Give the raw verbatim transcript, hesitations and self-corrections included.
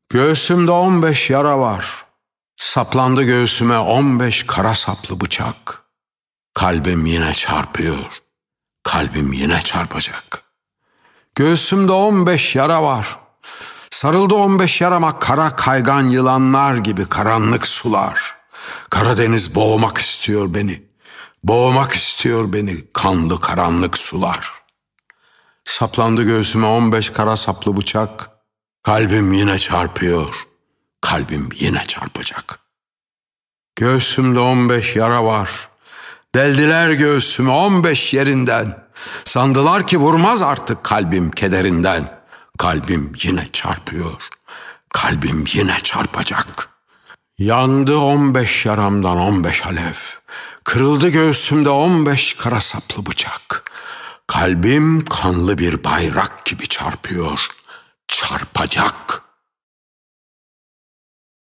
Göğsümde on beş yara var. Saplandı göğsüme on beş kara saplı bıçak. Kalbim yine çarpıyor. Kalbim yine çarpacak. Göğsümde on beş yara var. Sarıldı on beş yarama kara kaygan yılanlar gibi karanlık sular. Karadeniz boğmak istiyor beni. Boğmak istiyor beni kanlı karanlık sular. Saplandı göğsüme on beş kara saplı bıçak. Kalbim yine çarpıyor. Kalbim yine çarpacak. Göğsümde on beş yara var. Deldiler göğsümü on beş yerinden. Sandılar ki vurmaz artık kalbim kederinden. Kalbim yine çarpıyor. Kalbim yine çarpacak. Yandı on beş yaramdan on beş alev. Kırıldı göğsümde on beş kara saplı bıçak. Kalbim kanlı bir bayrak gibi çarpıyor. Çarpacak.